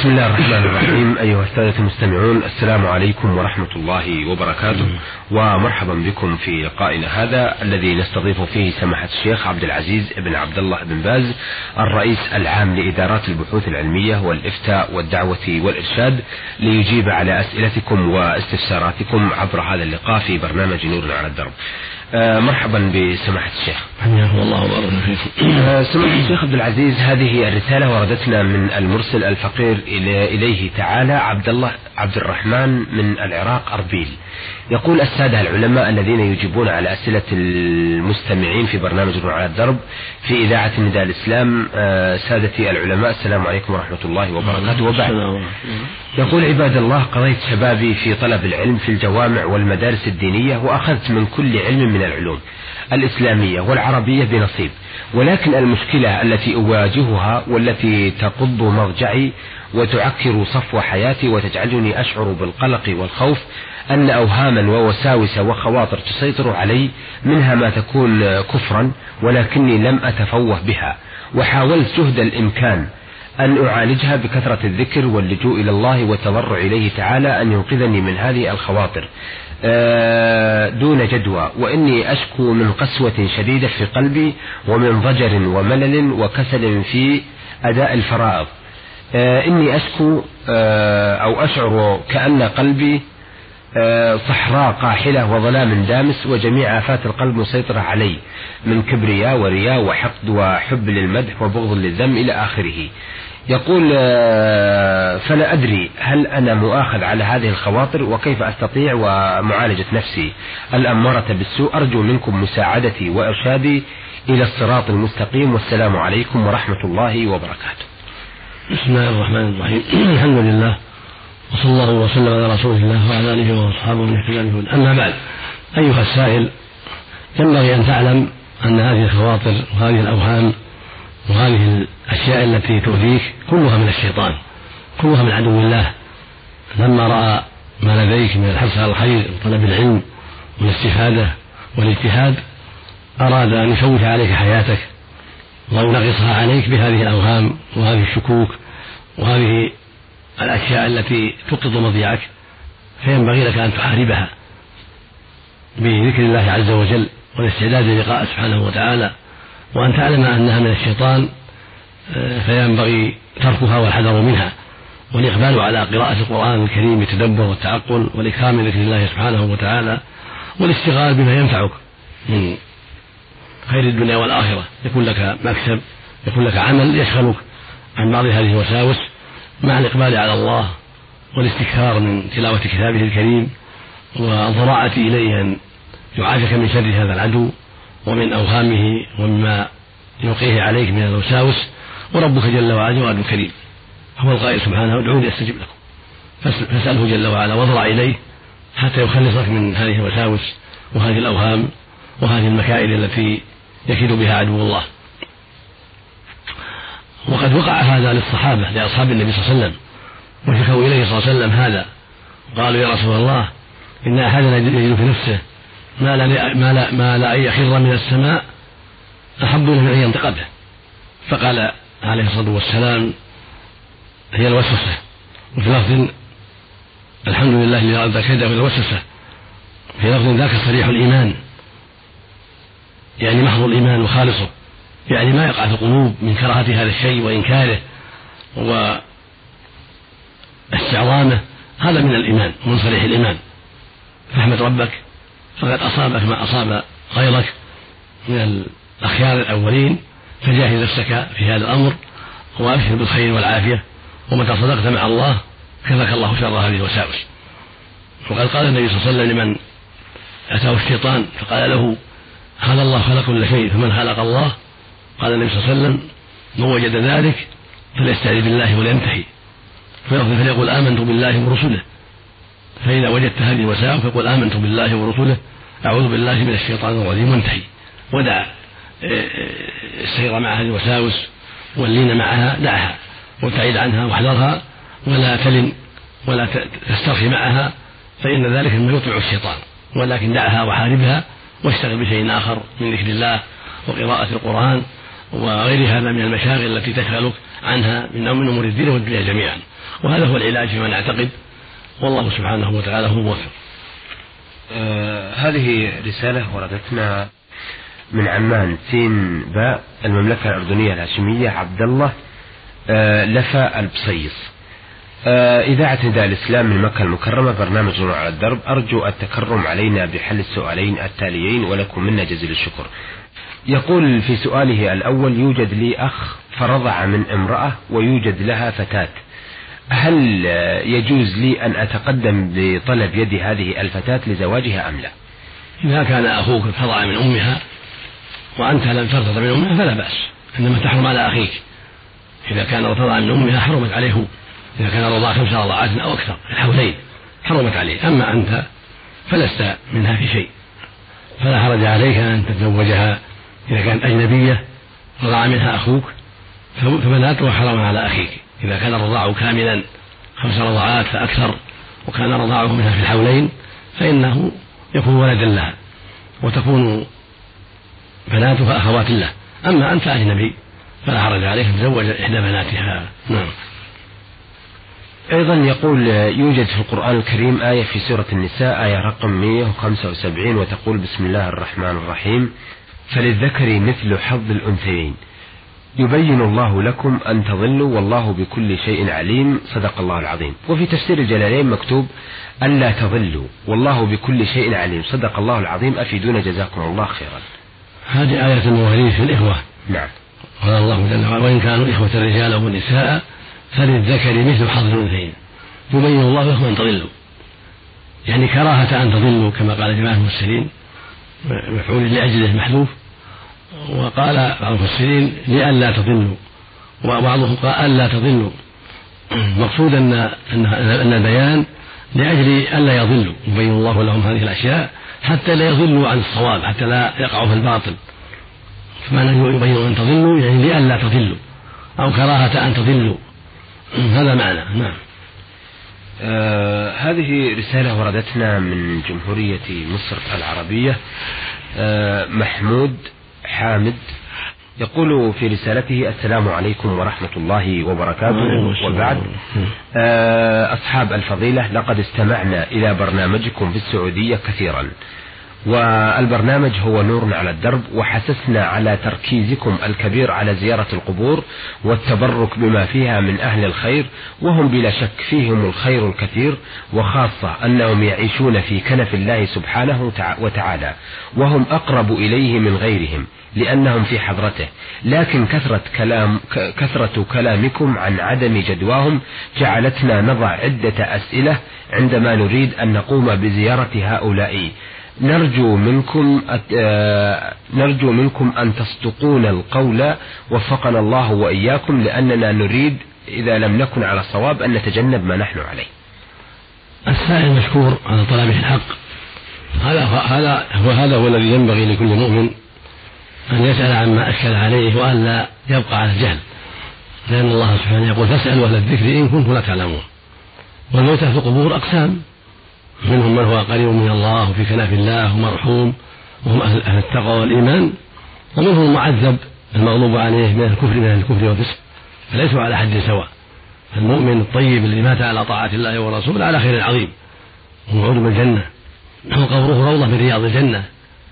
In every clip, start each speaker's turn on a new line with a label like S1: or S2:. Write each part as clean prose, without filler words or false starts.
S1: بسم الله الرحمن الرحيم. أيها السادة المستمعون، السلام عليكم ورحمة الله وبركاته، ومرحبا بكم في لقائنا هذا الذي نستضيف فيه سماحة الشيخ عبد العزيز بن عبد الله بن باز، الرئيس العام لإدارات البحوث العلمية والإفتاء والدعوة والإرشاد، ليجيب على أسئلتكم واستفساراتكم عبر هذا اللقاء في برنامج نور على الدرب. مرحبا بسماحة الشيخ.
S2: حياكم الله وبارك فيكم.
S1: سماحة الشيخ عبد العزيز، هذه الرسالة وردتنا من المرسل الفقير إليه تعالى عبد الرحمن من العراق أربيل. يقول: السادة العلماء الذين يجيبون على أسئلة المستمعين في برنامج نور على الدرب في إذاعة نداء الإسلام، سادتي العلماء، السلام عليكم ورحمة الله وبركاته. وبعد، يقول: عباد الله، قضيت شبابي في طلب العلم في الجوامع والمدارس الدينية، وأخذت من كل علم من العلوم الإسلامية والعربية بنصيب، ولكن المشكلة التي أواجهها والتي تقض مضجعي وتعكر صفو حياتي وتجعلني أشعر بالقلق والخوف أن أوهاما ووساوس وخواطر تسيطر علي، منها ما تكون كفرا، ولكني لم أتفوه بها، وحاولت جهد الإمكان أن أعالجها بكثرة الذكر واللجوء إلى الله والتضرع إليه تعالى أن ينقذني من هذه الخواطر دون جدوى، وإني أشكو من قسوة شديدة في قلبي ومن ضجر وملل وكسل في أداء الفرائض. إني أشكو أو أشعر كأن قلبي صحراء قاحلة وظلام دامس، وجميع آفات القلب مسيطرة علي من كبرياء ورياء وحقد وحب للمدح وبغض للذم إلى آخره. يقول: فلا أدري هل أنا مؤاخذ على هذه الخواطر، وكيف أستطيع ومعالجة نفسي الأمارة بالسوء. أرجو منكم مساعدتي وإرشادي إلى الصراط المستقيم، والسلام عليكم ورحمة الله وبركاته.
S2: بسم الله الرحمن الرحيم. الحمد لله، وصلى الله وسلم على رسول الله وعلى آله وأصحابه من اهتدى بهداه. أما بعد، أيها السائل، ينبغي أن تعلم أن هذه الخواطر وهذه الأوهام وهذه الأشياء التي تؤذيك كلها من الشيطان، كلها من عدو الله. لما رأى ما لديك من الحرص على الخير وطلب العلم والاستفادة والاجتهاد، أراد أن يشوش عليك حياتك وينغصها عليك بهذه الأوهام وهذه الشكوك وهذه الأشياء التي تقض مضيعك. فينبغي لك أن تحاربها بذكر الله عز وجل والاستعداد للقاء سبحانه وتعالى، وأن تعلم أنها من الشيطان، فينبغي تركها والحذر منها، والإقبال على قراءة القرآن الكريم بالتدبر والتعقل والإكرام من ذكر الله سبحانه وتعالى، والاشتغال بما ينفعك من خير الدنيا والآخرة، يكون لك مكسب، يكون لك عمل يشغلك عن بعض هذه الوساوس، مع الإقبال على الله والاستكثار من تلاوة كتابه الكريم والضراعة إليه أن يعافيك من شر هذا العدو ومن أوهامه ومما يلقيه عليك من الوساوس. وربك جل وعلا جواد كريم، هو القائل سبحانه: ادعوني أستجب لكم. فاسأله جل وعلا واضرع إليه حتى يخلصك من هذه الوساوس وهذه الأوهام وهذه المكائد التي يكيد بها عدو الله. وقد وقع هذا للصحابة، لأصحاب النبي صلى الله عليه وسلم، وشكوا إليه صلى الله عليه وسلم هذا، قالوا: يا رسول الله، إن أحدنا يجد في نفسه ما لا أن يخر من السماء أحب له من أن ينطق به. فقال عليه الصلاة والسلام: هي الوسوسة. وفي لفظ: الحمد لله الذي رد كيده من الوسوسة. في لفظ: ذاك صريح الإيمان، يعني محض الإيمان وخالصه، يعني ما يقع في القلوب من كراهة هذا الشيء وإنكاره واستعظامه، هذا من الإيمان ومن صريح الإيمان. فاحمد ربك، فقد أصابك ما أصاب غيرك من الأخيار الأولين، فجاهد نفسك في هذا الأمر وأبشر بالخير والعافية، ومتى صدقت مع الله كفاك الله شر هذه الوساوس. وقد قال النبي صلى الله عليه وسلم لمن أتاه الشيطان فقال له: هذا الله خلق كل شيء، فمن خلق الله؟ قال النبي صلى الله عليه وسلم: من وجد ذلك فليستعذ بالله ولينتهي، فليقول آمنت بالله ورسله. فإذا وجدت هذه الوساوس فقل آمنت بالله ورسله، أعوذ بالله من الشيطان الرجيم، وانتهي. ودع السير مع هذه الوساوس واللين معها، دعها وابتعد عنها واحذرها، ولا تلن ولا تسترخي معها، فإن ذلك مما يطيع الشيطان. ولكن دعها وحاربها، واشتغل بشيء آخر من ذكر الله وقراءة القرآن وغير هذا من المشاغل التي تشغلك عنها من أمور الدين والدنيا جميعا. وهذا هو العلاج فيما نعتقد، والله سبحانه وتعالى هو الموفق.
S1: هذه رسالة وردتنا من عمان سين باء المملكة الأردنية الهاشمية عبد الله لفا البصيص. إذاعة نداء الإسلام من مكة المكرمة، برنامج نور على الدرب، أرجو التكرم علينا بحل السؤالين التاليين ولكم منا جزيل الشكر. يقول في سؤاله الأول: يوجد لي أخ فرضع من امرأة ويوجد لها فتاة، هل يجوز لي أن أتقدم بطلب يد هذه الفتاة لزواجها أم لا؟
S2: إذا كان أخوك فرضع من أمها وأنت لم ترتض من أمها فلا بأس، إنما تحرم على أخيك. إذا كان رضع من أمها حرمت عليه، إذا كان رضع 5 رضعات أو أكثر الحولين حرمت عليه. أما أنت فلست منها في شيء، فلا حرج عليك أن تتزوجها. إذا كانت أجنبية رضع منها أخوك فبناتها حرام على أخيك. إذا كان الرضاع كاملا 5 رضعات فأكثر وكان رضاعه منها في الحولين فإنه يكون ولدا لها وتكون بناتها أخوات له. أما أنت أجنبي فلا حرج عليك أن تزوج إحدى بناتها. نعم.
S1: أيضا يقول: يوجد في القرآن الكريم آية في سورة النساء آية رقم 175 وتقول: بسم الله الرحمن الرحيم: فللذكر مثل حظ الأنثيين يبين الله لكم أن تضلوا والله بكل شيء عليم، صدق الله العظيم. وفي تفسير الجلالين مكتوب: ألا تضلوا والله بكل شيء عليم، صدق الله العظيم، أفيدونا جزاكم الله خيرا.
S2: هذه آية المواريث في الإخوة.
S1: نعم.
S2: قال الله جل وعلا: وإن كانوا إخوة رجالا ونساء فللذكر مثل حظ الأنثيين يبين الله لكم أن تضلوا، يعني كراهة أن تضلوا كما قال جماعة المفسرين، مفعول لأجله محذوف، وقال بعض المفسرين لئلا تضلوا، وبعضهم قال ألا تضلوا. مقصود أن البيان لأجل ألا يضلوا، يبين الله لهم هذه الأشياء حتى لا يضلوا عن الصواب، حتى لا يقعوا في الباطل. فمعنى يبين أن تضلوا يعني لئلا تضلوا أو كراهة أن تضلوا، هذا معنى. نعم.
S1: هذه رسالة وردتنا من جمهورية مصر العربية. محمود حامد يقول في رسالته: السلام عليكم ورحمة الله وبركاته، وبعد. أصحاب الفضيلة، لقد استمعنا إلى برنامجكم في السعودية كثيرا، والبرنامج هو نور على الدرب، وحسسنا على تركيزكم الكبير على زيارة القبور والتبرك بما فيها من أهل الخير، وهم بلا شك فيهم الخير الكثير، وخاصة أنهم يعيشون في كنف الله سبحانه وتعالى، وهم أقرب إليه من غيرهم لأنهم في حضرته. لكن كثرة كلامكم عن عدم جدواهم جعلتنا نضع عدة أسئلة عندما نريد أن نقوم بزيارة هؤلاء. نرجو منكم أن تصدقون القول، وفقنا الله وإياكم، لأننا نريد إذا لم نكن على الصواب أن نتجنب ما نحن عليه.
S2: السائل مشكور على طلبه الحق، هذا هو الذي ينبغي لكل مؤمن أن يسأل عما أشكل عليه وأن لا يبقى على الجهل، لأن الله سبحانه يقول: فاسألوا أهل الذكر إن كنتم لا تعلمون. والموتى في القبور أقسام، منهم من هو قريب من الله وفي كنف الله ومرحوم وهم أهل التقوى والإيمان، ومنهم المعذب المغضوب عليه من الكفر والفسق، فليسوا على حد سواء. المؤمن الطيب الذي مات على طاعة الله ورسوله على خير عظيم وموعود بالجنة، وقبره روضة من رياض الجنة.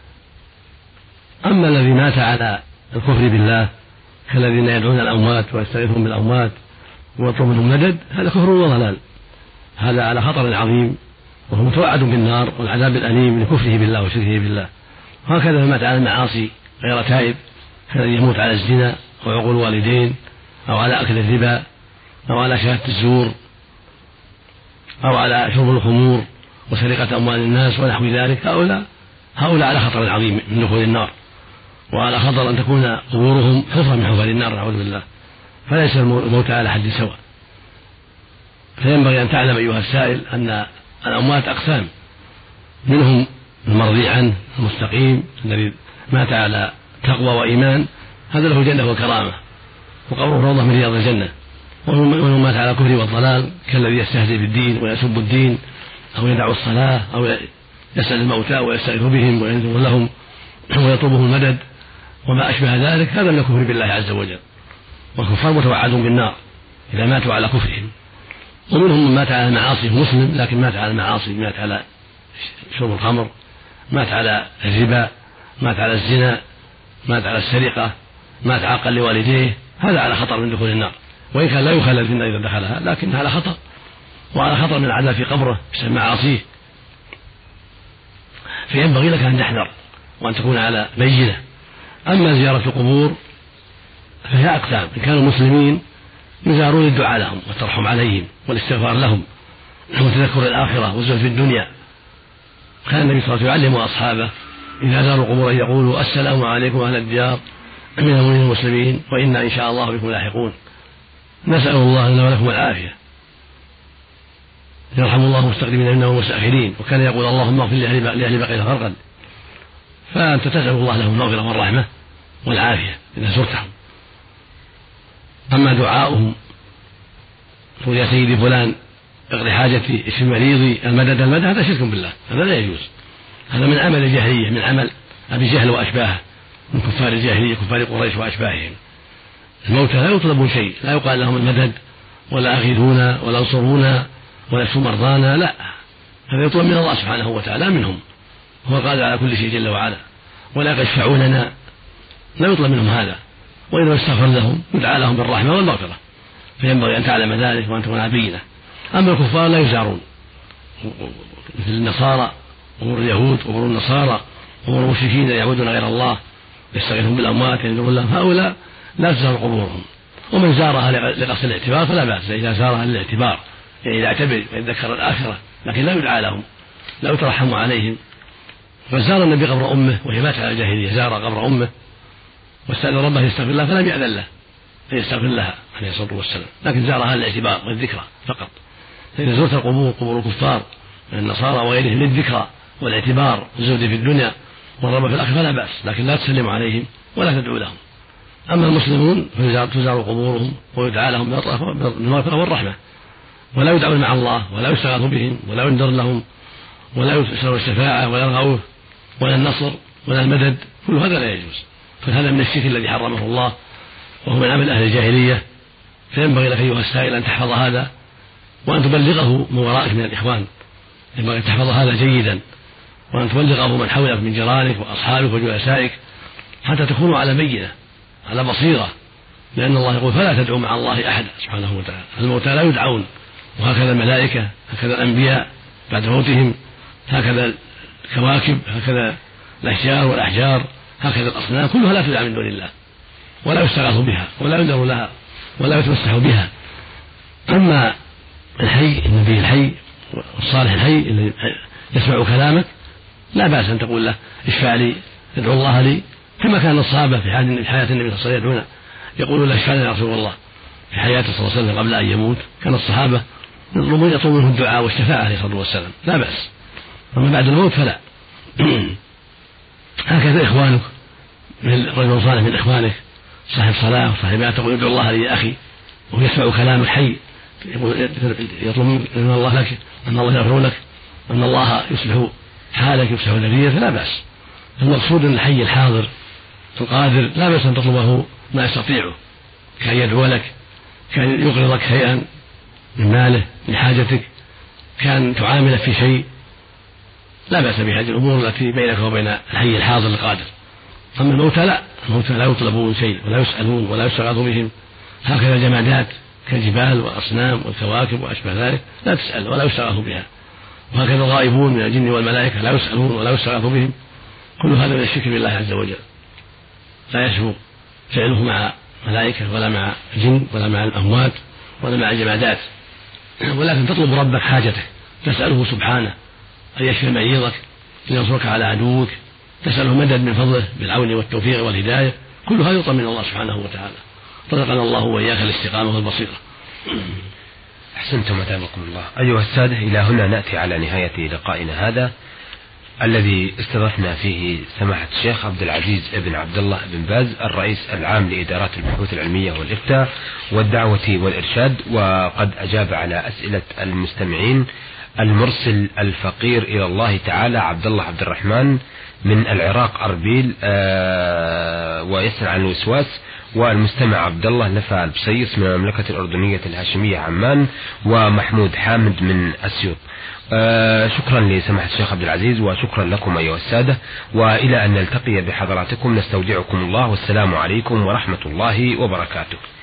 S2: أما الذي مات على الكفر بالله كالذين يدعون الأموات ويستغيثون بالأموات ويطلبون منهم مدد، هذا كفر وضلال، هذا على خطر عظيم، وهو متوعد بالنار والعذاب الأليم لكفره بالله وشركه بالله. وهكذا مات على المعاصي غير تائب كالذي يموت على الزنا أو عقوق الوالدين أو على أكل الربا أو على شهادة الزور أو على شرب الخمور وسرقة أموال الناس ونحو ذلك، هؤلاء على خطر عظيم من دخول النار، وعلى خطر أن تكون قبورهم حفرة من حفر النار نعوذ بالله. فليس الموت على حد سواء. فينبغي أن تعلم أيها السائل أن الأموات أقسام، منهم المرضي عنه المستقيم الذي مات على تقوى وإيمان، هذا له جنة وكرامة وقبره روضة من رياض الجنة. ومن مات على كفر والضلال كالذي يستهزئ بالدين ويسب الدين أو يدع الصلاة أو يسأل الموتى ويستغيث بهم وينذر لهم ويطلبهم المدد وما أشبه ذلك، هذا من الكفر بالله عز وجل، والكفار متوعدون بالنار إذا ماتوا على كفرهم. ومنهم من مات على المعاصي مسلم لكن مات على المعاصي، مات على شرب الخمر، مات على الربا، مات على الزنا، مات على السرقة، مات عاقا لوالديه، هذا على خطر من دخول النار، وإن كان لا يخلد في النار إذا دخلها، لكن على خطر، وعلى خطر من العذاب في قبره بسبب معاصيه. فينبغي لك أن تحذر وأن تكون على بينة. أما زيارة القبور فهي أقسام، إن كانوا مسلمين يزارون الدعاء لهم والترحم عليهم والاستغفار لهم وتذكر الآخرة والزهد في الدنيا. كان النبي صلى الله عليه وسلم يعلم أصحابه إذا زاروا القبور أن يقولوا السلام عليكم أهل الديار من المؤمنين المسلمين وإنا إن شاء الله بكم لاحقون، نسأل الله لنا ولكم العافية، يرحم الله المستقدمين منا والمستأخرين. وكان يقول اللهم اغفر لأهل بقية الغرقد، فأنت تسأل الله لهم المغفرة والرحمة والعافية إذا زرتهم. أما دعاؤهم تقول يا سيدي فلان اقضي حاجتي اشف مريضي المدد هذا شرك بالله، هذا لا يجوز، هذا من عمل الجاهلية، من عمل أبي جهل وأشباهه من كفار الجاهلية كفار قريش وأشباههم. الموتى لا يطلبون شيء، لا يقال لهم المدد ولا أغيثونا ولا انصرونا ولا اشفوا مرضانا، لا، هذا يطلب من الله سبحانه وتعالى منهم، هو قادر على كل شيء جل وعلا، ولا يشفعوا لنا، لا يطلب منهم هذا، وإنما يستغفر لهم يدعى لهم بالرحمة والمغفرة، فينبغي أن تعلم ذلك وأن تكون بينة. أما الكفار لا يزارون، مثل النصارى قبور اليهود قبور النصارى قبور المشركين يعبدون غير الله يستغيثون بالأموات ينذرون لهم، هؤلاء لا تزار قبورهم. ومن زارها لقصد الاعتبار فلا بأس، إذا زارها للاعتبار يعني إذا اعتبر ويذكر الآخرة، لكن لا يدعى لهم، لا يترحم عليهم. فزار النبي قبر أمه وهي ماتت على الجاهلية، زار قبر أمه واستأذن ربه يستغفر لها فلم يأذن له فيستغفر لها عليه الصلاة والسلام، لكن زارها للاعتبار والذكرى فقط. فإذا زرت القبور قبور الكفار من النصارى وغيرهم للذكرى والاعتبار والزهد في الدنيا والرغبة في الآخرة فلا بأس، لكن لا تسلم عليهم ولا تدعو لهم. أما المسلمون فتزار قبورهم ويدعى لهم بالمغفرة والرحمة، ولا يدعون مع الله ولا يستغاث بهم ولا ينذر لهم ولا يسأل الشفاعة ولا الغوث ولا النصر ولا المدد، كل هذا لا يجوز، فهذا من الشرك الذي حرمه الله وهو من عمل أهل الجاهلية. فينبغي لك أيها السائل أن تحفظ هذا وأن تبلغه من ورائك من الإخوان، ينبغي أن تحفظ هذا جيدا وأن تبلغه من حولك من جيرانك وأصحابك وجلسائك حتى تكونوا على بينة على بصيرة، لأن الله يقول فلا تدعوا مع الله أحدا سبحانه وتعالى، الموتى لا يدعون، وهكذا الملائكة هكذا الأنبياء بعد موتهم، هكذا الكواكب هكذا الأشجار والأحجار هكذا الأصنام كلها لا تدعى من دون الله ولا يستغاث بها ولا ينذر لها ولا يتمسح بها. أما الحي النبي الحي الصالح الحي الذي يسمع كلامك لا بأس أن تقول له اشفع لي ادعو الله لي، كما كان الصحابة في حياة النبي صلى الله عليه وسلم يدعون يقولوا له اشفع لنا يا رسول الله. في حياته صلى الله عليه وسلم قبل أن يموت كان الصحابة يطلب منه الدعاء والشفاعة عليه الصلاة والسلام، لا بأس. أما بعد الموت فلا. هكذا إخوانك من رجل صالح من إخوانك صاحب صلاة وصاحب تقول ادعو الله لي يا أخي وهو يسمع كلامك حي يطلب من الله لك أن الله يغفر لك أن الله يصلح حالك يصلح ذريتك، فلا بأس. المقصود أن الحي الحاضر القادر لا بأس أن تطلبه ما يستطيعه، كان يدعو لك، كان يقرضك شيئا من ماله من حاجتك، كان تعاملك في شيء، لا بأس بهذه الأمور التي بينك وبين الحي الحاضر القادر. أما الموتى لا، الموتى لا يطلبون شيء ولا يسألون ولا يستغاث بهم، هكذا الجمادات كالجبال والأصنام والكواكب وأشبه ذلك لا تسأل ولا يستغاث بها، وهكذا الغائبون من الجن والملائكة لا يسألون ولا يستغاث بهم، كل هذا من الشرك بالله عز وجل، لا يشفو فعله مع ملائكة ولا مع جن ولا مع الأموات ولا مع الجمادات، ولكن تطلب ربك حاجتك، تسأله سبحانه أن يشفي مريضك، أن ينصرك على عدوك، تسأله مدد من فضله بالعون والتوفيق والهداية، كل هذا يطلب من الله سبحانه وتعالى. رزقنا الله وإياك الاستقامة والبصيرة.
S1: أحسنتم أتابكم الله. أيها السادة، إلى هنا نأتي على نهاية لقائنا هذا الذي استضفنا فيه سماحة الشيخ عبد العزيز بن عبد الله بن باز الرئيس العام لإدارات البحوث العلمية والإفتاء والدعوة والإرشاد، وقد أجاب على أسئلة المستمعين المرسل الفقير إلى الله تعالى عبد الله عبد الرحمن من العراق أربيل، ويسأل عن الوسواس والمستمع عبد الله نفع البسيس من المملكة الأردنية الهاشمية عمان، ومحمود حامد من أسيوط. شكرا لسماحة الشيخ عبد العزيز، وشكرا لكم أيها السادة، وإلى أن نلتقي بحضراتكم نستودعكم الله، والسلام عليكم ورحمة الله وبركاته.